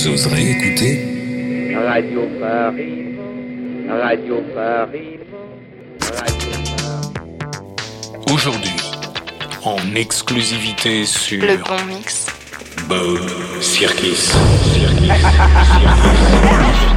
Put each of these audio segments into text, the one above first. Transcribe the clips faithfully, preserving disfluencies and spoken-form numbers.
Vous oserez écouter Radio Paris, Radio Paris, Radio Paris. Aujourd'hui, en exclusivité sur Le Bon Mix. Bob Circus. Circus. Circus.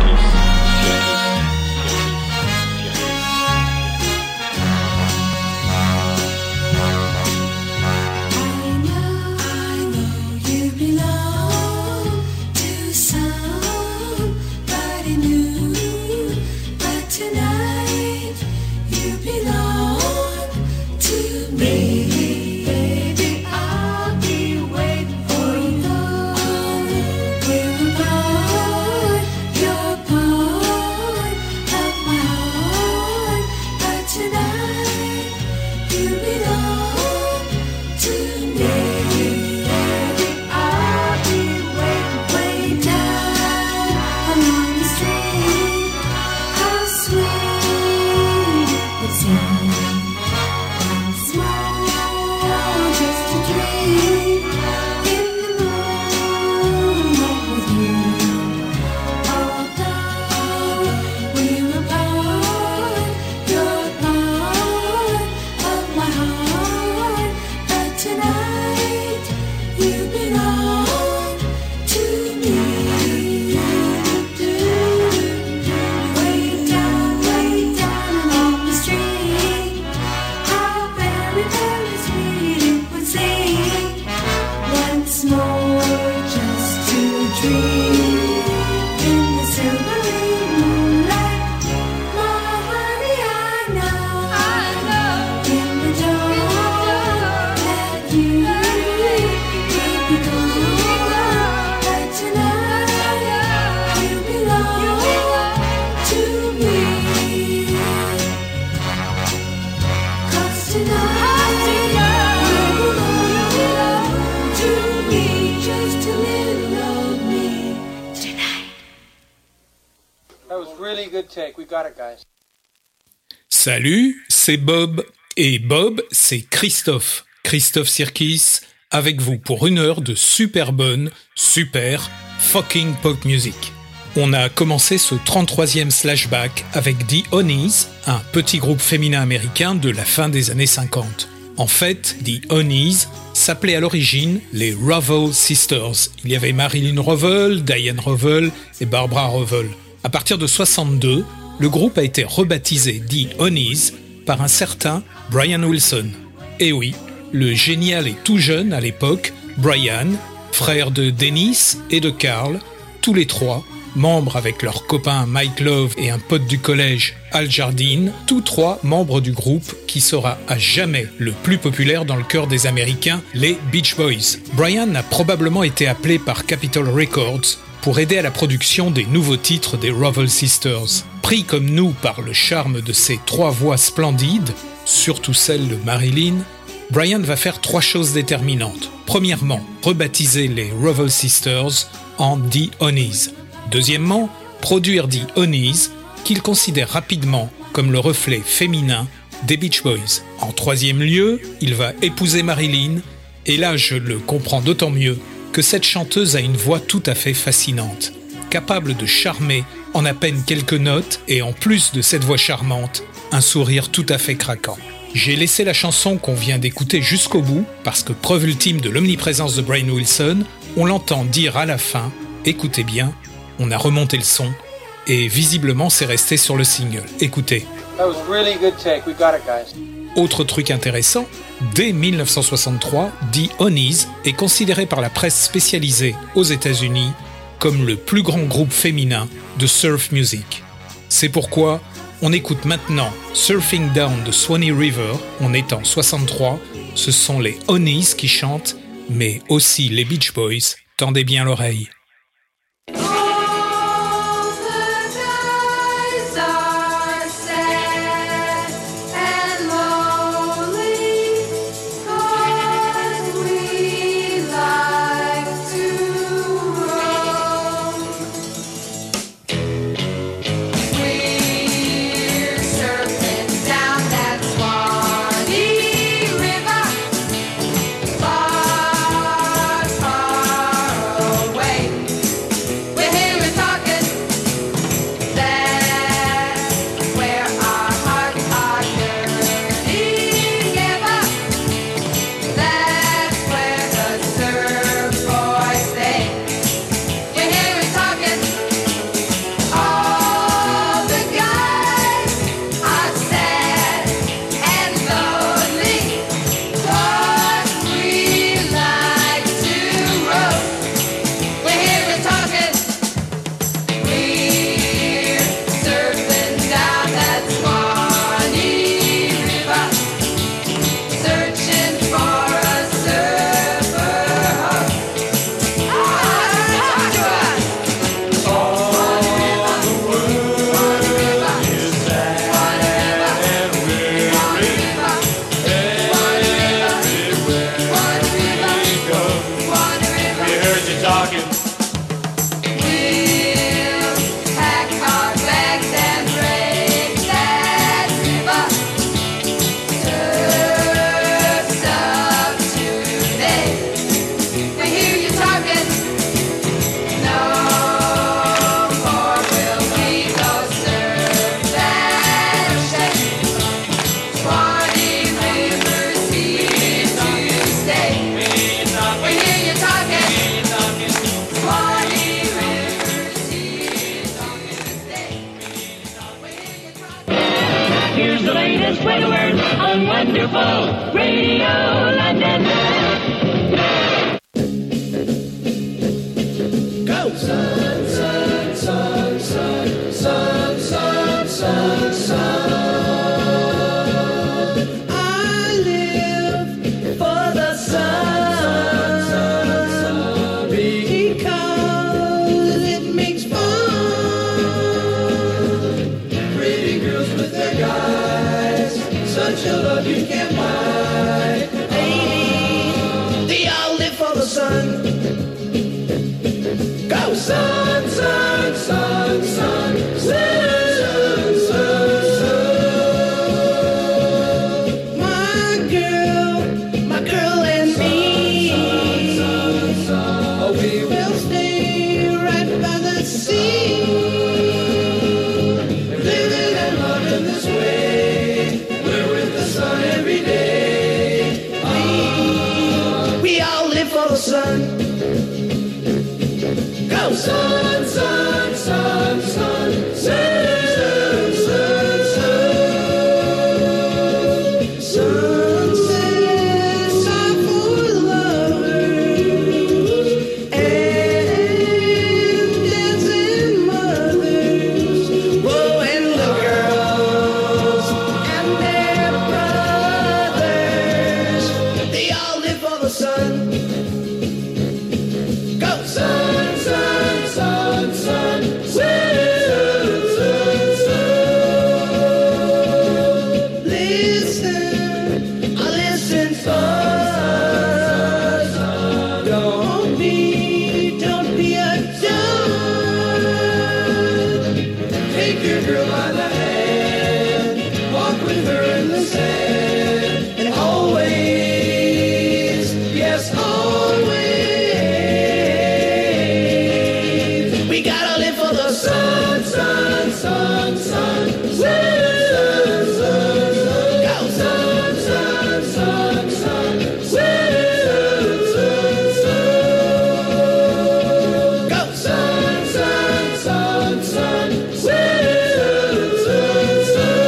Salut, c'est Bob. Et Bob, c'est Christophe. Christophe Sirkis, avec vous pour une heure de super bonne, super fucking pop music. On a commencé ce trente-troisième slashback avec The Honey's, un petit groupe féminin américain de la fin des années cinquante. En fait, The Honey's s'appelait à l'origine les Revell Sisters. Il y avait Marilyn Revell, Diane Revell et Barbara Revell. À partir de soixante-deux, le groupe a été rebaptisé The Honey's par un certain Brian Wilson. Et oui, le génial et tout jeune à l'époque, Brian, frère de Dennis et de Carl, tous les trois, membres avec leur copain Mike Love et un pote du collège, Al Jardine, tous trois membres du groupe qui sera à jamais le plus populaire dans le cœur des Américains, les Beach Boys. Brian a probablement été appelé par Capitol Records pour aider à la production des nouveaux titres des Revell Sisters. Pris comme nous par le charme de ces trois voix splendides, surtout celle de Marilyn, Brian va faire trois choses déterminantes. Premièrement, rebaptiser les Revell Sisters en The Honey's. Deuxièmement, produire The Honey's, qu'il considère rapidement comme le reflet féminin des Beach Boys. En troisième lieu, il va épouser Marilyn, et là je le comprends d'autant mieux que cette chanteuse a une voix tout à fait fascinante, capable de charmer en à peine quelques notes et en plus de cette voix charmante, un sourire tout à fait craquant. J'ai laissé la chanson qu'on vient d'écouter jusqu'au bout parce que preuve ultime de l'omniprésence de Brian Wilson, on l'entend dire à la fin « Écoutez bien, on a remonté le son » et visiblement c'est resté sur le single. Écoutez. That was really good take. We got it, guys. Autre truc intéressant, dès dix-neuf cent soixante-trois, The Honey's est considéré par la presse spécialisée aux États-Unis comme le plus grand groupe féminin de surf music. C'est pourquoi on écoute maintenant Surfing Down the Swanee River, on est en soixante-trois, ce sont les Honey's qui chantent, mais aussi les Beach Boys, tendez bien l'oreille. Far, far away. Radio London. Go, son, son, son, son, son, son, son, son. I live for the sun, sun, sun, because it makes fun. Pretty girls with their guys, such a love you can't buy. Baby, they all live for the sun. Go, sun, sun, sun, sun, sun, sun, sun. My girl, my girl and me, oh, we will stay right by the sea. Living and loving this way, we're with the sun every day. We, we all live for the sun. Go, sun, sun, sun, sun, sun, sun, sun, sun. Sunsets are for lovers and dancing mothers. Whoa, and the girls and their brothers, they all live for the sun. Go, sun, sun, sun, sun, sun, sun, sun. Listen, I listen, son. Don't be, don't be a dud. Take your girl by the hand, walk with her in the sand, and always, yes, always. We gotta live for the sun, sun, sun, sun, sun, sun, sun, sun. Go, sun, sun, sun, sun, sun, sun, sun. Go, sun, sun, sun, sun, sun, sun,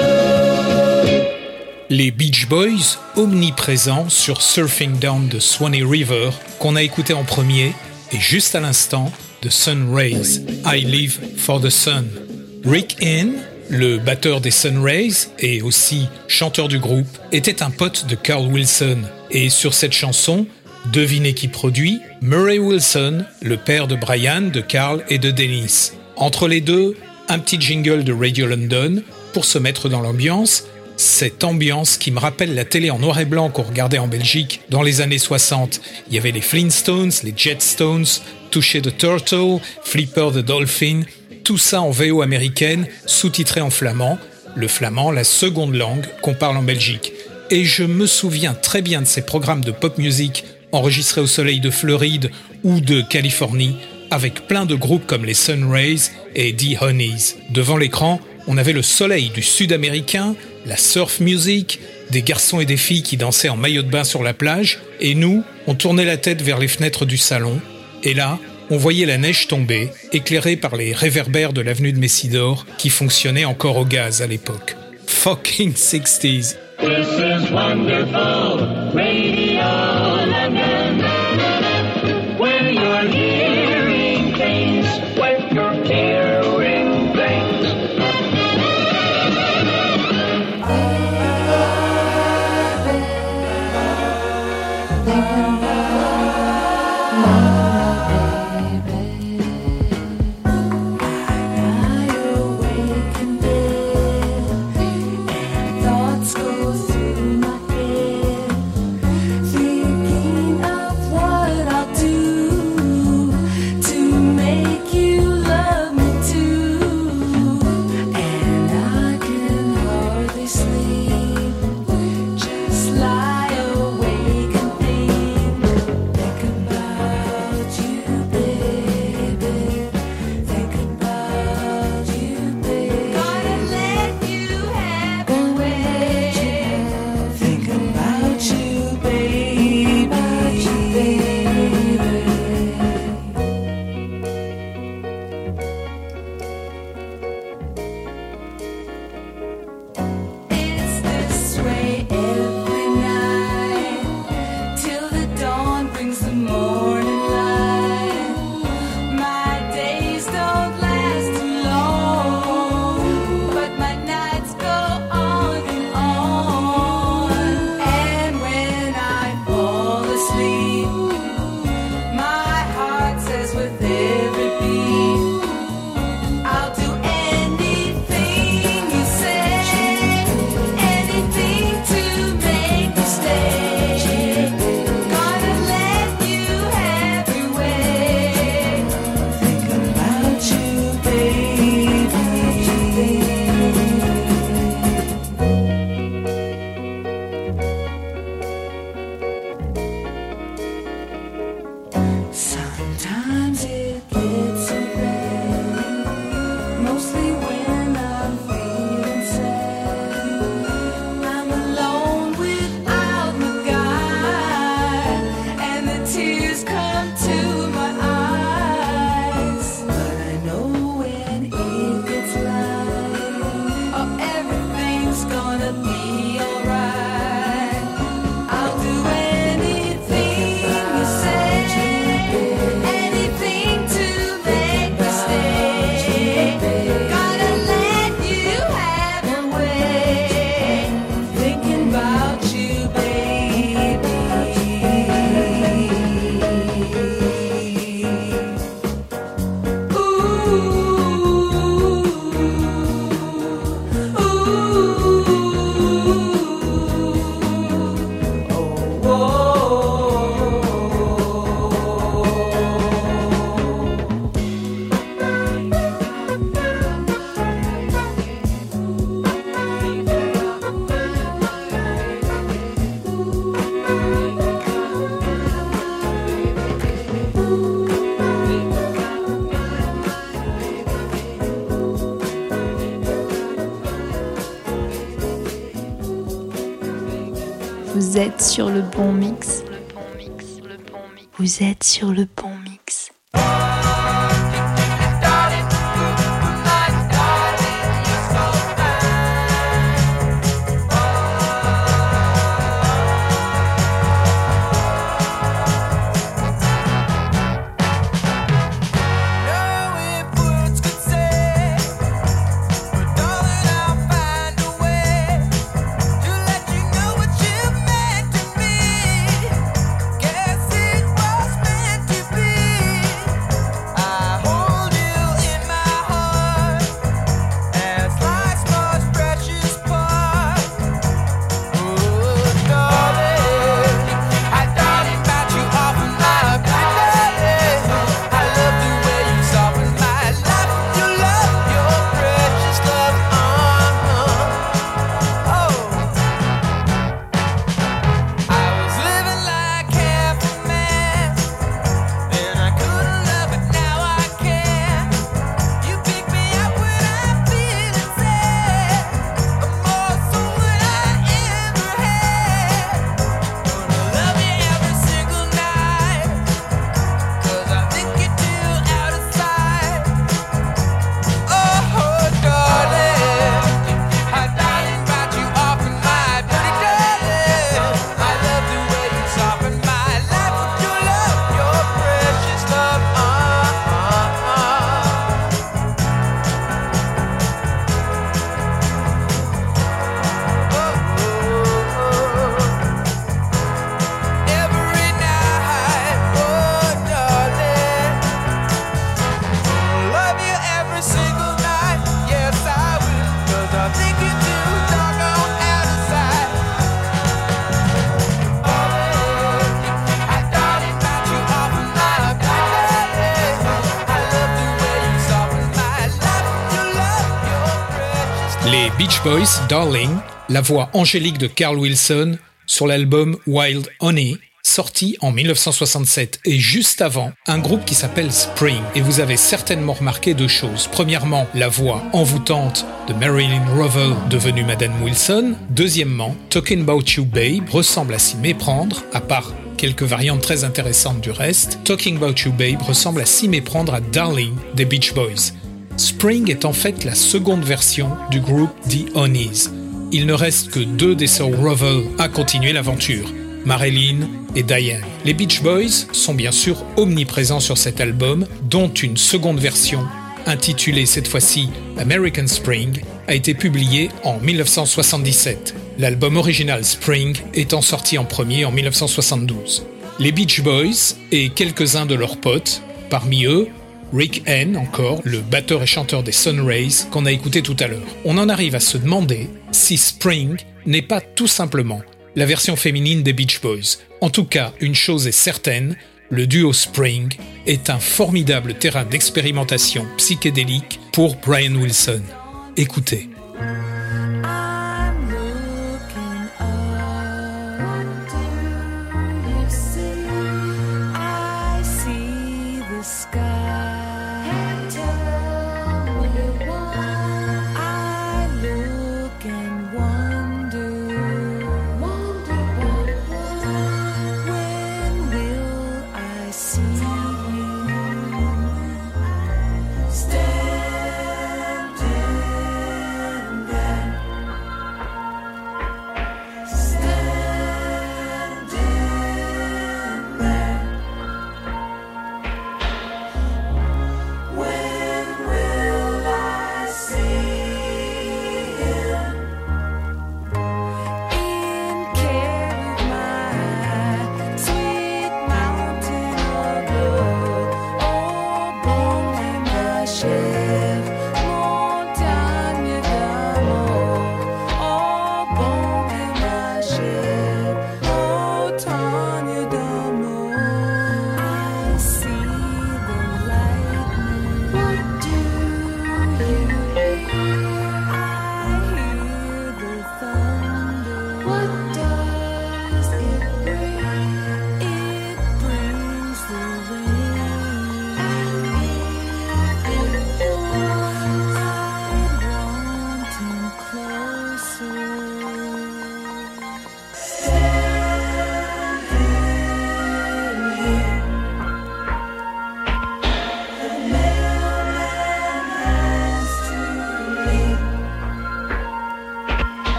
sun. Les Beach Boys, omniprésents sur Surfing Down the Swanee River, qu'on a écouté en premier, et juste à l'instant, The Sun Rays, I Live for the Sun. Rick Inn, le batteur des Sun Rays et aussi chanteur du groupe, était un pote de Carl Wilson. Et sur cette chanson, devinez qui produit ? Murray Wilson, le père de Brian, de Carl et de Dennis. Entre les deux, un petit jingle de Radio London pour se mettre dans l'ambiance. Cette ambiance qui me rappelle la télé en noir et blanc qu'on regardait en Belgique dans les années soixante. Il y avait les Flintstones, les Jetstones, Toucher the Turtle, Flipper the Dolphin, tout ça en V O américaine, sous-titré en flamand. Le flamand, la seconde langue qu'on parle en Belgique. Et je me souviens très bien de ces programmes de pop music enregistrés au soleil de Floride ou de Californie, avec plein de groupes comme les Sun Rays et The Honeys. Devant l'écran, on avait le soleil du sud-américain, la surf music, des garçons et des filles qui dansaient en maillot de bain sur la plage, et nous, on tournait la tête vers les fenêtres du salon, et là, on voyait la neige tomber, éclairée par les réverbères de l'avenue de Messidor, qui fonctionnaient encore au gaz à l'époque. Fucking sixties. This is wonderful Radio London, where you're hearing things, where you're hearing things. Lie awake and think Vous êtes sur le bon mix. Vous êtes sur le bon mix. Les Beach Boys, Darling, la voix angélique de Carl Wilson sur l'album Wild Honey, sorti en dix-neuf cent soixante-sept, et juste avant, un groupe qui s'appelle Spring. Et vous avez certainement remarqué deux choses. Premièrement, la voix envoûtante de Marilyn Rowell, devenue Madame Wilson. Deuxièmement, Talking About You Babe ressemble à s'y méprendre, à part quelques variantes très intéressantes du reste. Talking About You Babe ressemble à s'y méprendre à Darling des Beach Boys. Spring est en fait la seconde version du groupe The Honeys. Il ne reste que deux des sœurs Rowell à continuer l'aventure, Marilyn et Diane. Les Beach Boys sont bien sûr omniprésents sur cet album, dont une seconde version, intitulée cette fois-ci American Spring, a été publiée en dix-neuf cent soixante-dix-sept. L'album original Spring étant sorti en premier en dix-neuf cent soixante-douze. Les Beach Boys et quelques-uns de leurs potes, parmi eux, Rick Henn, encore, le batteur et chanteur des Sunrays, qu'on a écouté tout à l'heure. On en arrive à se demander si Spring n'est pas tout simplement la version féminine des Beach Boys. En tout cas, une chose est certaine, le duo Spring est un formidable terrain d'expérimentation psychédélique pour Brian Wilson. Écoutez. Standing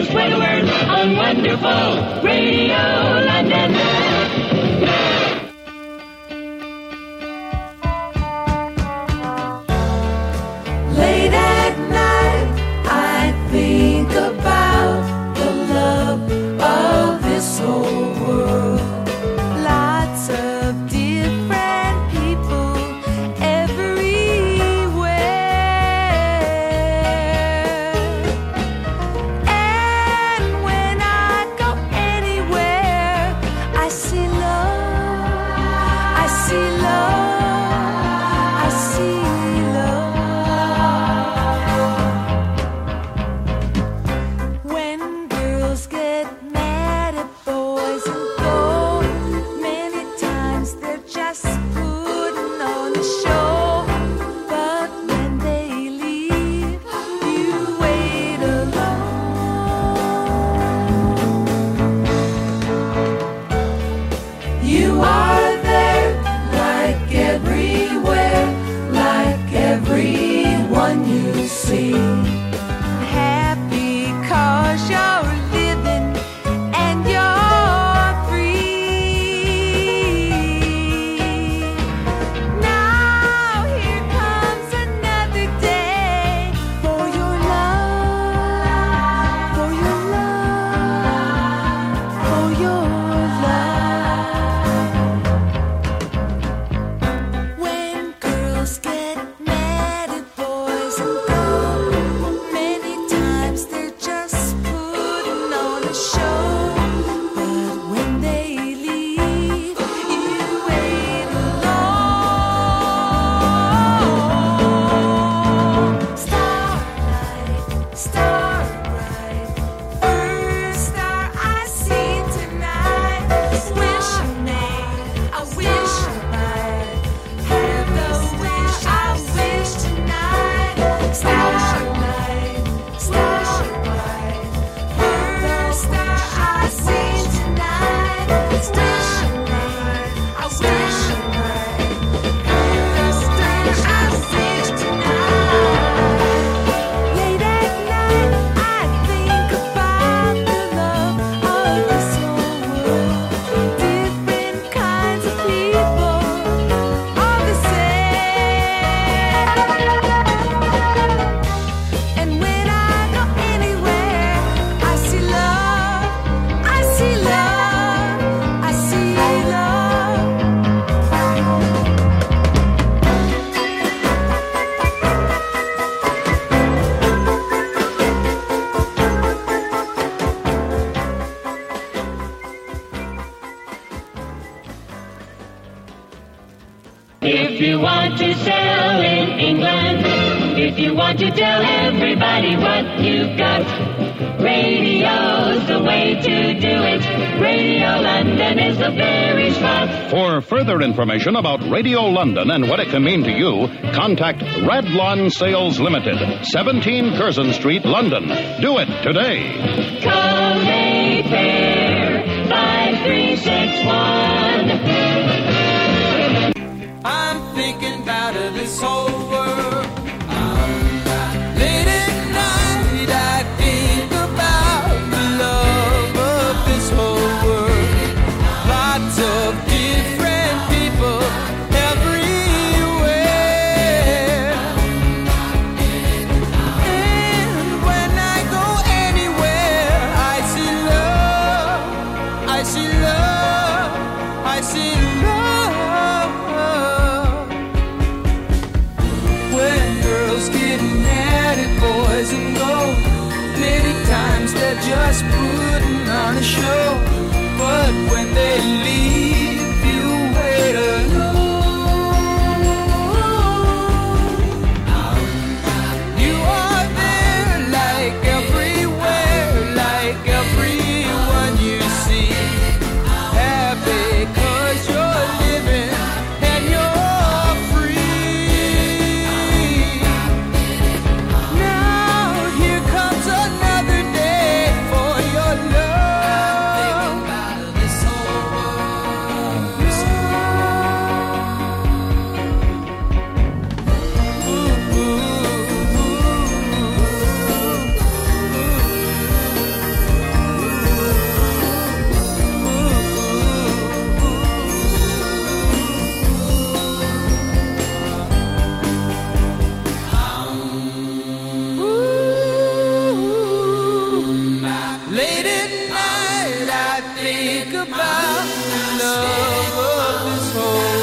spread the word on wonderful Radio London. Late at night, I think about the love of this whole world. Lots of different people everywhere. And when I go anywhere, I see love. I see love. I see love. When girls get mad at boys and go, many times they're just putting on a show. But when they leave, you wait alone. You are there, like everywhere, like everyone you see. Happy 'cause you're living and you're free. Now here comes another day for your love, for your love, for your love. When girls get mad at boys and go, many times they're just putting on a show. But when they leave, you wait alone. Starlight, starbright, first star I see tonight. Wish I may, I wish I might have the wish I wish tonight. Starlight, starbright, first star I see tonight. Wish I may, I wish I might have the wish I wish tonight. Late at night, I think about the love of this whole world. Different kinds of people, all the same. And when I go anywhere, I see love, I see love, I see love. If you want to sell in England, if you want to tell everybody what you've got, radio's the way to do it. Radio London is the very spot. For further information about Radio London and what it can mean to you, contact Radlon Sales Limited, seventeen Curzon Street, London. Do it today. Call Mayfair five three six one. I'm thinking about this whole world. Late at night, I think about the love of this whole world. Lots of different people everywhere. And when I go anywhere, I see love, I see love, I see love. When girls get mad at boys and go, many times they're just putting on a show. But when they leave, you wait alone. You are there, like everywhere, like everyone you see. Happy 'cause you're living and you're free. Now here comes another day for your love. about the love of this whole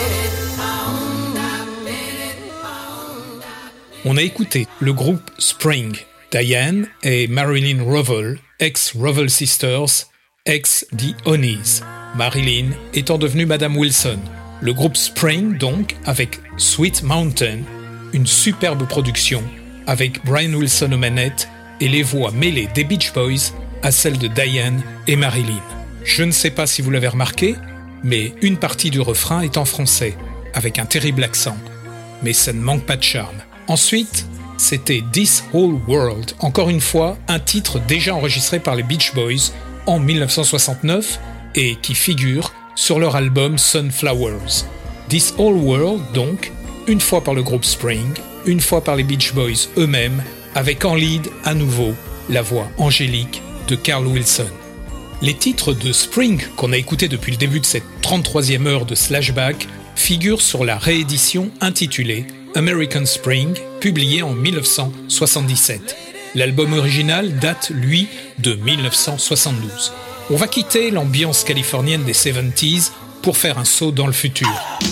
world. On a écouté le groupe Spring, Diane et Marilyn Rovell, ex-Rovell Sisters, ex-The Honey's. Marilyn étant devenue Madame Wilson. Le groupe Spring, donc, avec Sweet Mountain, une superbe production, avec Brian Wilson aux manettes et les voix mêlées des Beach Boys à celles de Diane et Marilyn. Je ne sais pas si vous l'avez remarqué, mais une partie du refrain est en français, avec un terrible accent. Mais ça ne manque pas de charme. Ensuite, c'était This Whole World, encore une fois, un titre déjà enregistré par les Beach Boys en dix-neuf cent soixante-neuf et qui figure sur leur album Sunflowers. This Whole World, donc, une fois par le groupe Spring, une fois par les Beach Boys eux-mêmes, avec en lead, à nouveau, la voix angélique de Carl Wilson. Les titres de Spring, qu'on a écoutés depuis le début de cette trente-troisième heure de Slashback, figurent sur la réédition intitulée American Spring, publiée en dix-neuf cent soixante-dix-sept. L'album original date, lui, de dix-neuf cent soixante-douze. On va quitter l'ambiance californienne des soixante-dix pour faire un saut dans le futur.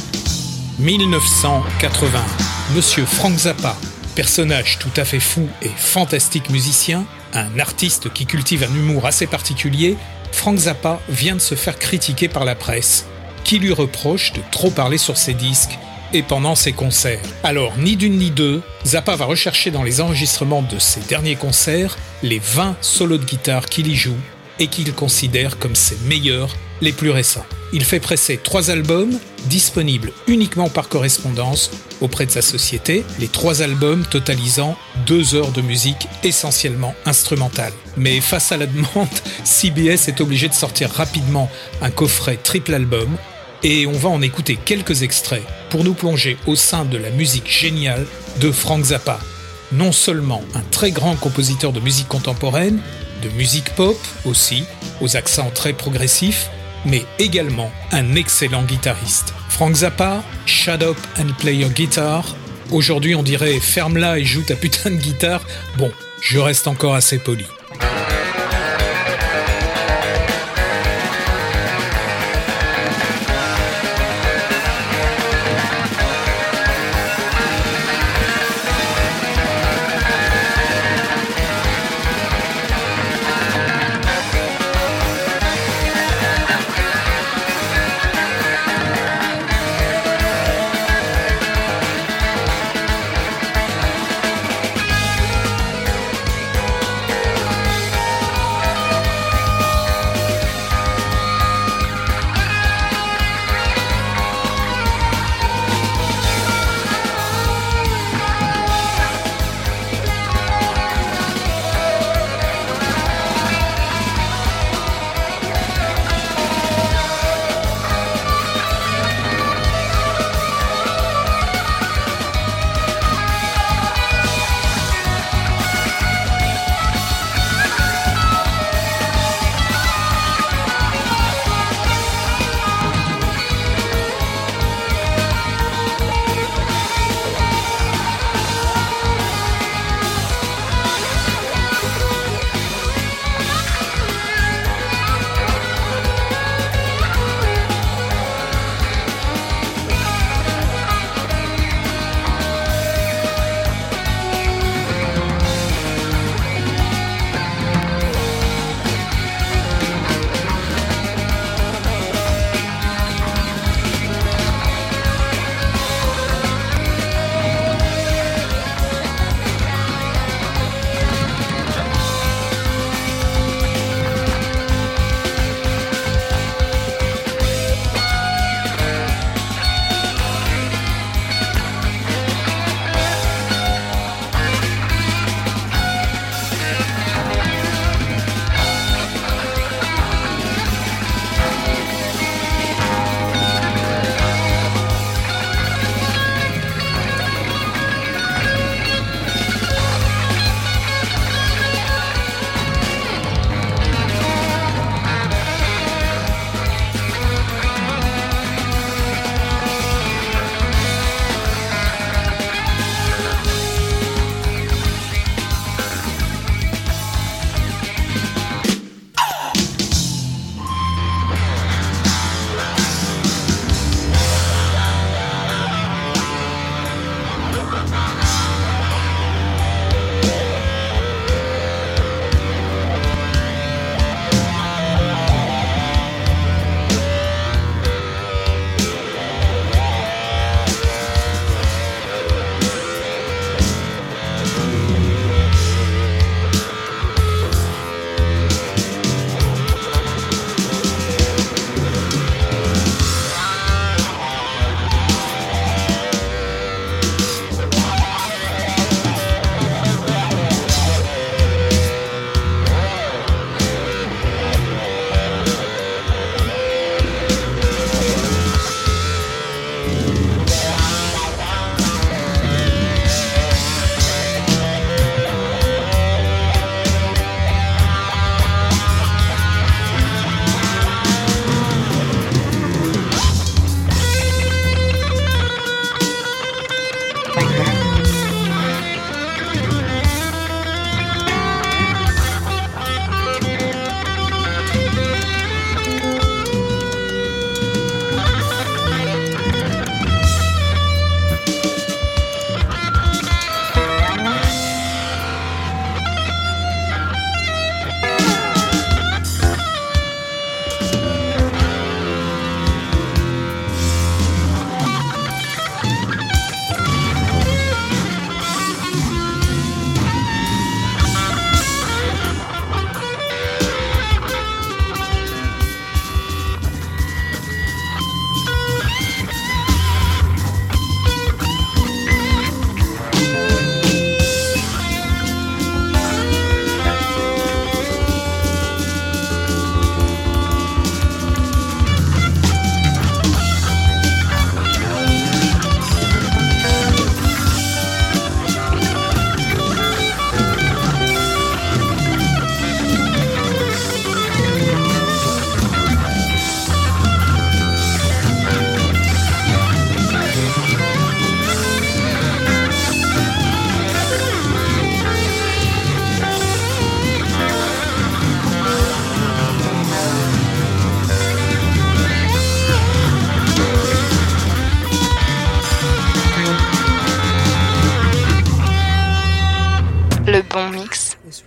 dix-neuf cent quatre-vingt-un. Monsieur Frank Zappa, personnage tout à fait fou et fantastique musicien, un artiste qui cultive un humour assez particulier, Frank Zappa vient de se faire critiquer par la presse, qui lui reproche de trop parler sur ses disques et pendant ses concerts. Alors, ni d'une ni deux, Zappa va rechercher dans les enregistrements de ses derniers concerts les vingt solos de guitare qu'il y joue et qu'il considère comme ses meilleurs, les plus récents. Il fait presser trois albums, disponibles uniquement par correspondance auprès de sa société, les trois albums totalisant deux heures de musique essentiellement instrumentale. Mais face à la demande, C B S est obligé de sortir rapidement un coffret triple album, et on va en écouter quelques extraits pour nous plonger au sein de la musique géniale de Frank Zappa. Non seulement un très grand compositeur de musique contemporaine, de musique pop aussi, aux accents très progressifs, mais également un excellent guitariste. Frank Zappa, shut up and play your guitar. Aujourd'hui on dirait ferme-la et joue ta putain de guitare. Bon, je reste encore assez poli.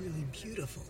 really beautiful.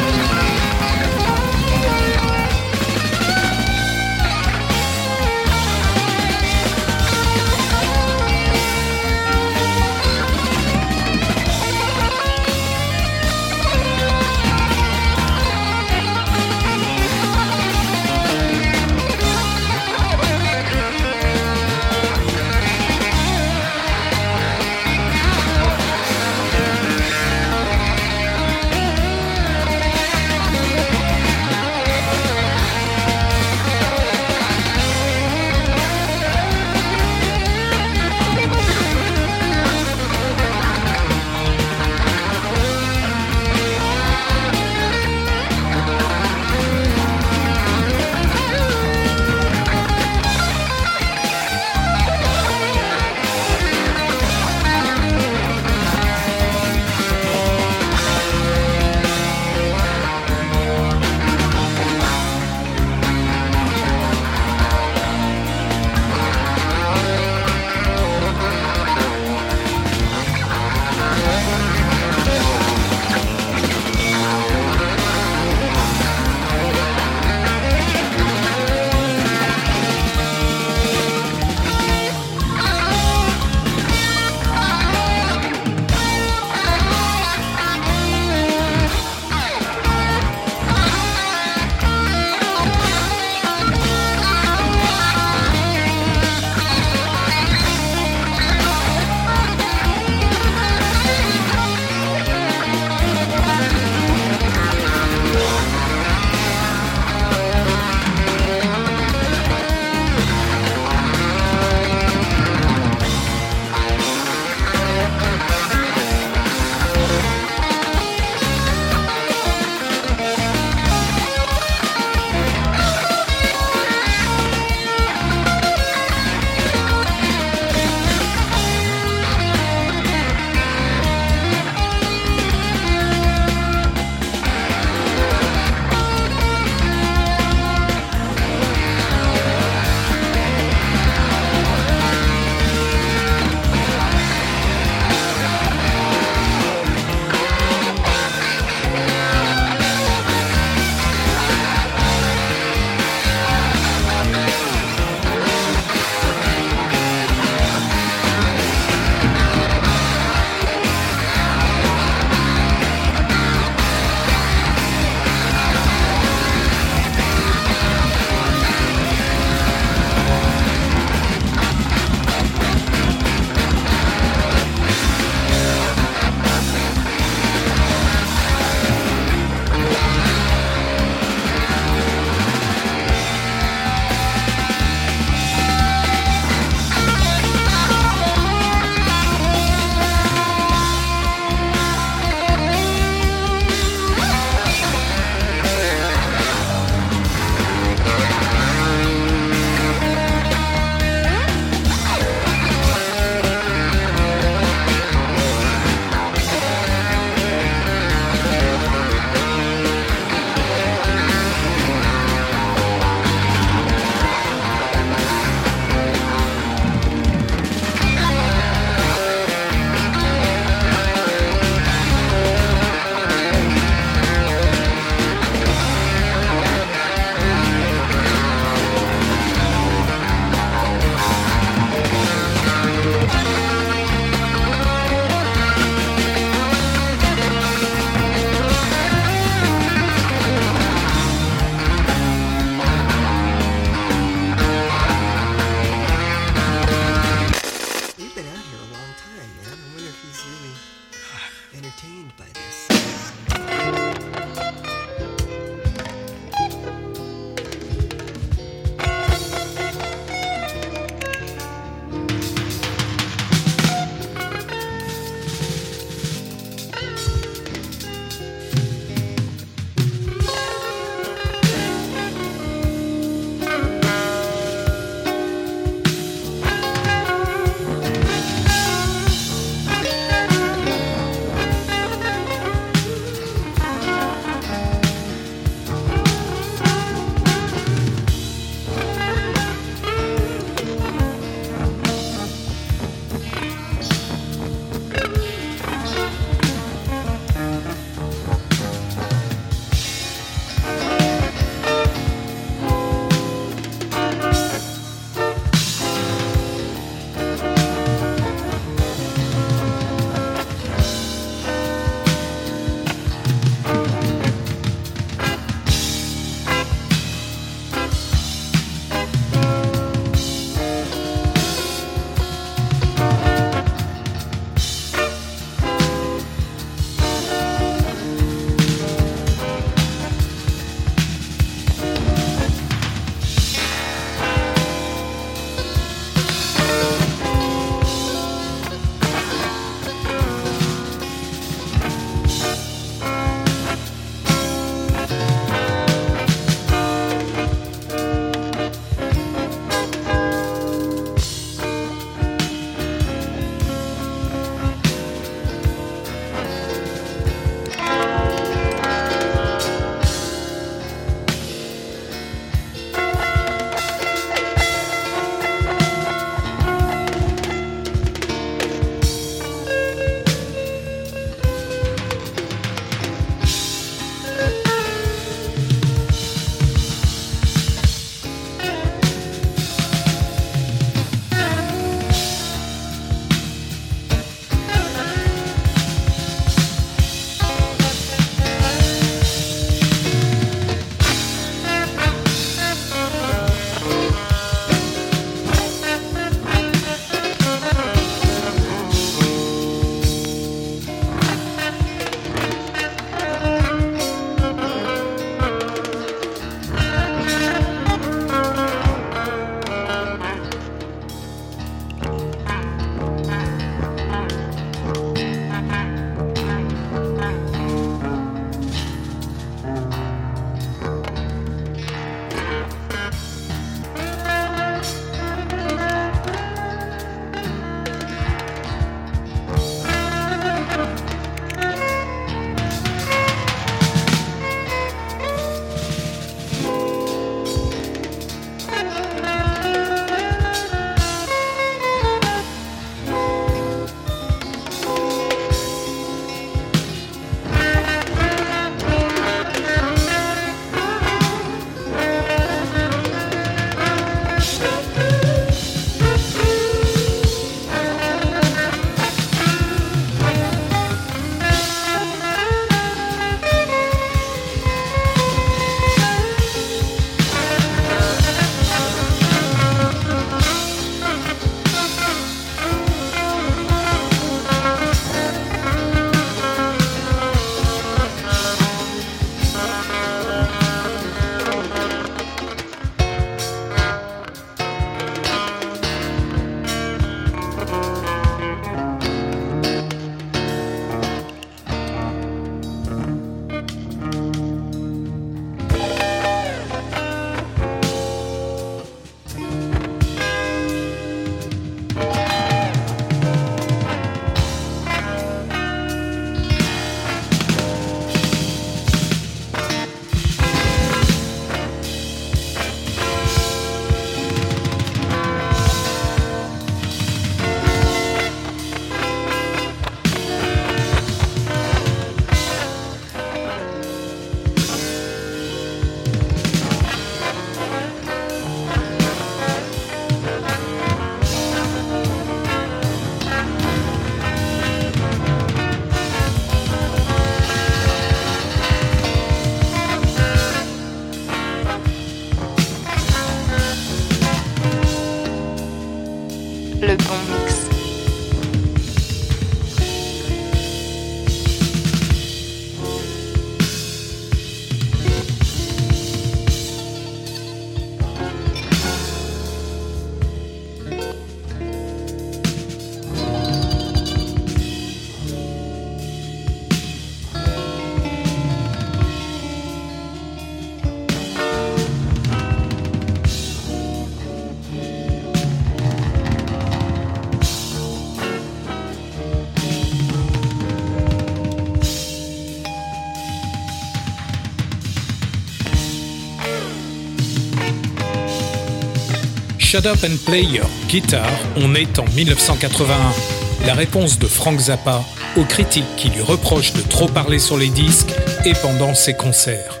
Shut Up and Play Your Guitar, on est en dix-neuf cent quatre-vingt-un. La réponse de Frank Zappa aux critiques qui lui reprochent de trop parler sur les disques et pendant ses concerts.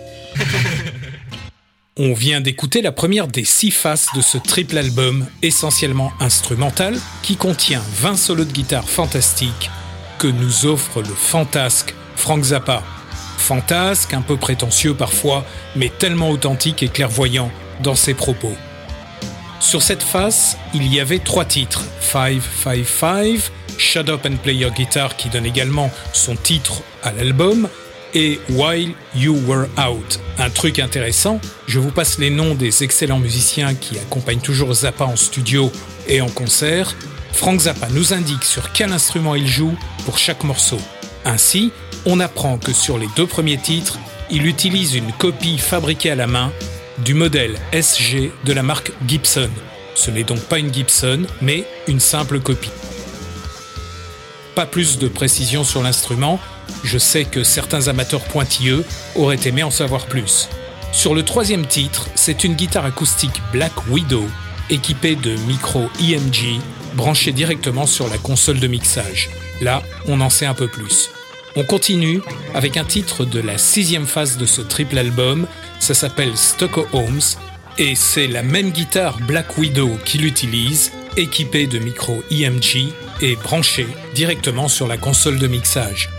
On vient d'écouter la première des six faces de ce triple album, essentiellement instrumental, qui contient vingt solos de guitare fantastiques que nous offre le fantasque Frank Zappa. Fantasque, un peu prétentieux parfois, mais tellement authentique et clairvoyant dans ses propos. Sur cette face, il y avait trois titres, five five five, Shut Up and Play Your Guitar qui donne également son titre à l'album, et While You Were Out. Un truc intéressant, je vous passe les noms des excellents musiciens qui accompagnent toujours Zappa en studio et en concert. Frank Zappa nous indique sur quel instrument il joue pour chaque morceau. Ainsi, on apprend que sur les deux premiers titres, il utilise une copie fabriquée à la main du modèle S G de la marque Gibson. Ce n'est donc pas une Gibson, mais une simple copie. Pas plus de précision sur l'instrument, je sais que certains amateurs pointilleux auraient aimé en savoir plus. Sur le troisième titre, c'est une guitare acoustique Black Widow, équipée de micro E M G, branchée directement sur la console de mixage. Là, on en sait un peu plus. On continue avec un titre de la sixième phase de ce triple album, ça s'appelle Stucco Homes, et c'est la même guitare Black Widow qui l'utilise, équipée de micro E M G et branchée directement sur la console de mixage.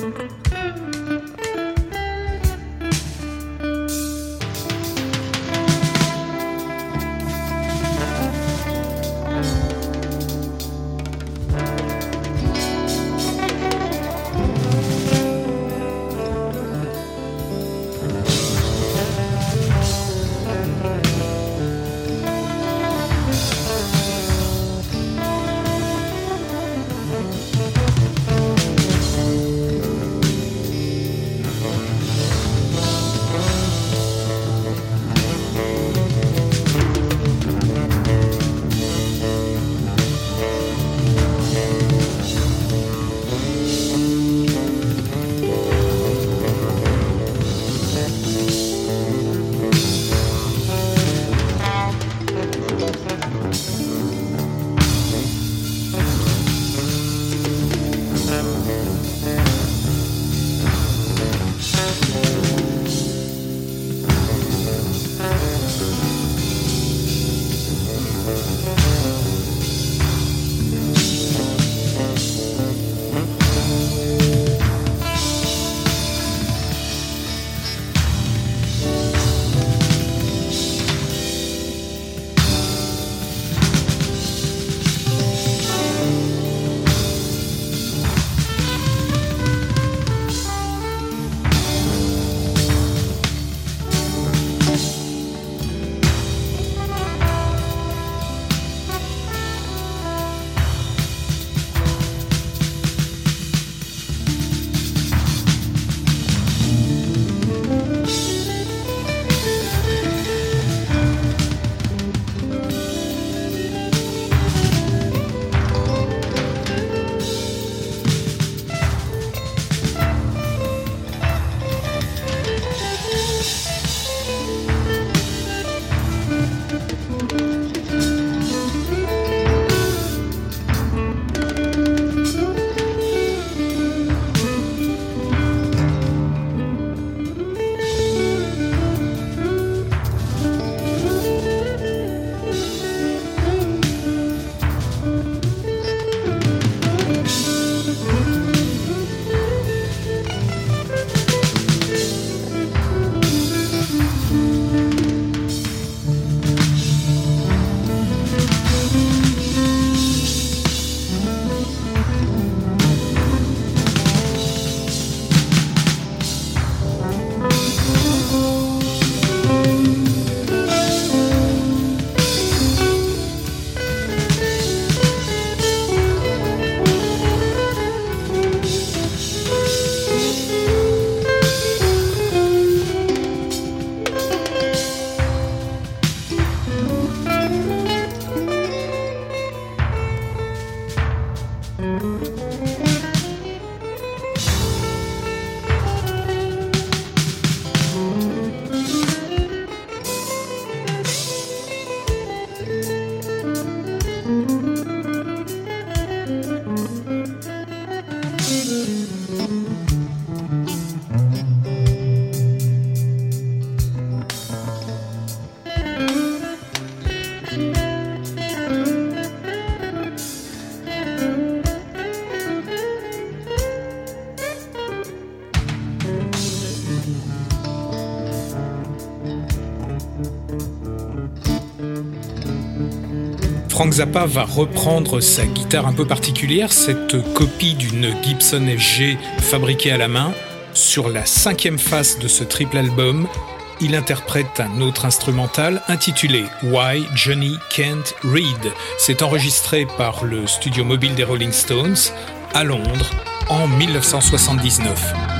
Frank Zappa va reprendre sa guitare un peu particulière, cette copie d'une Gibson F G fabriquée à la main. Sur la cinquième face de ce triple album, il interprète un autre instrumental intitulé Why Johnny Can't Read. C'est enregistré par le studio mobile des Rolling Stones à Londres en mille neuf cent soixante-dix-neuf.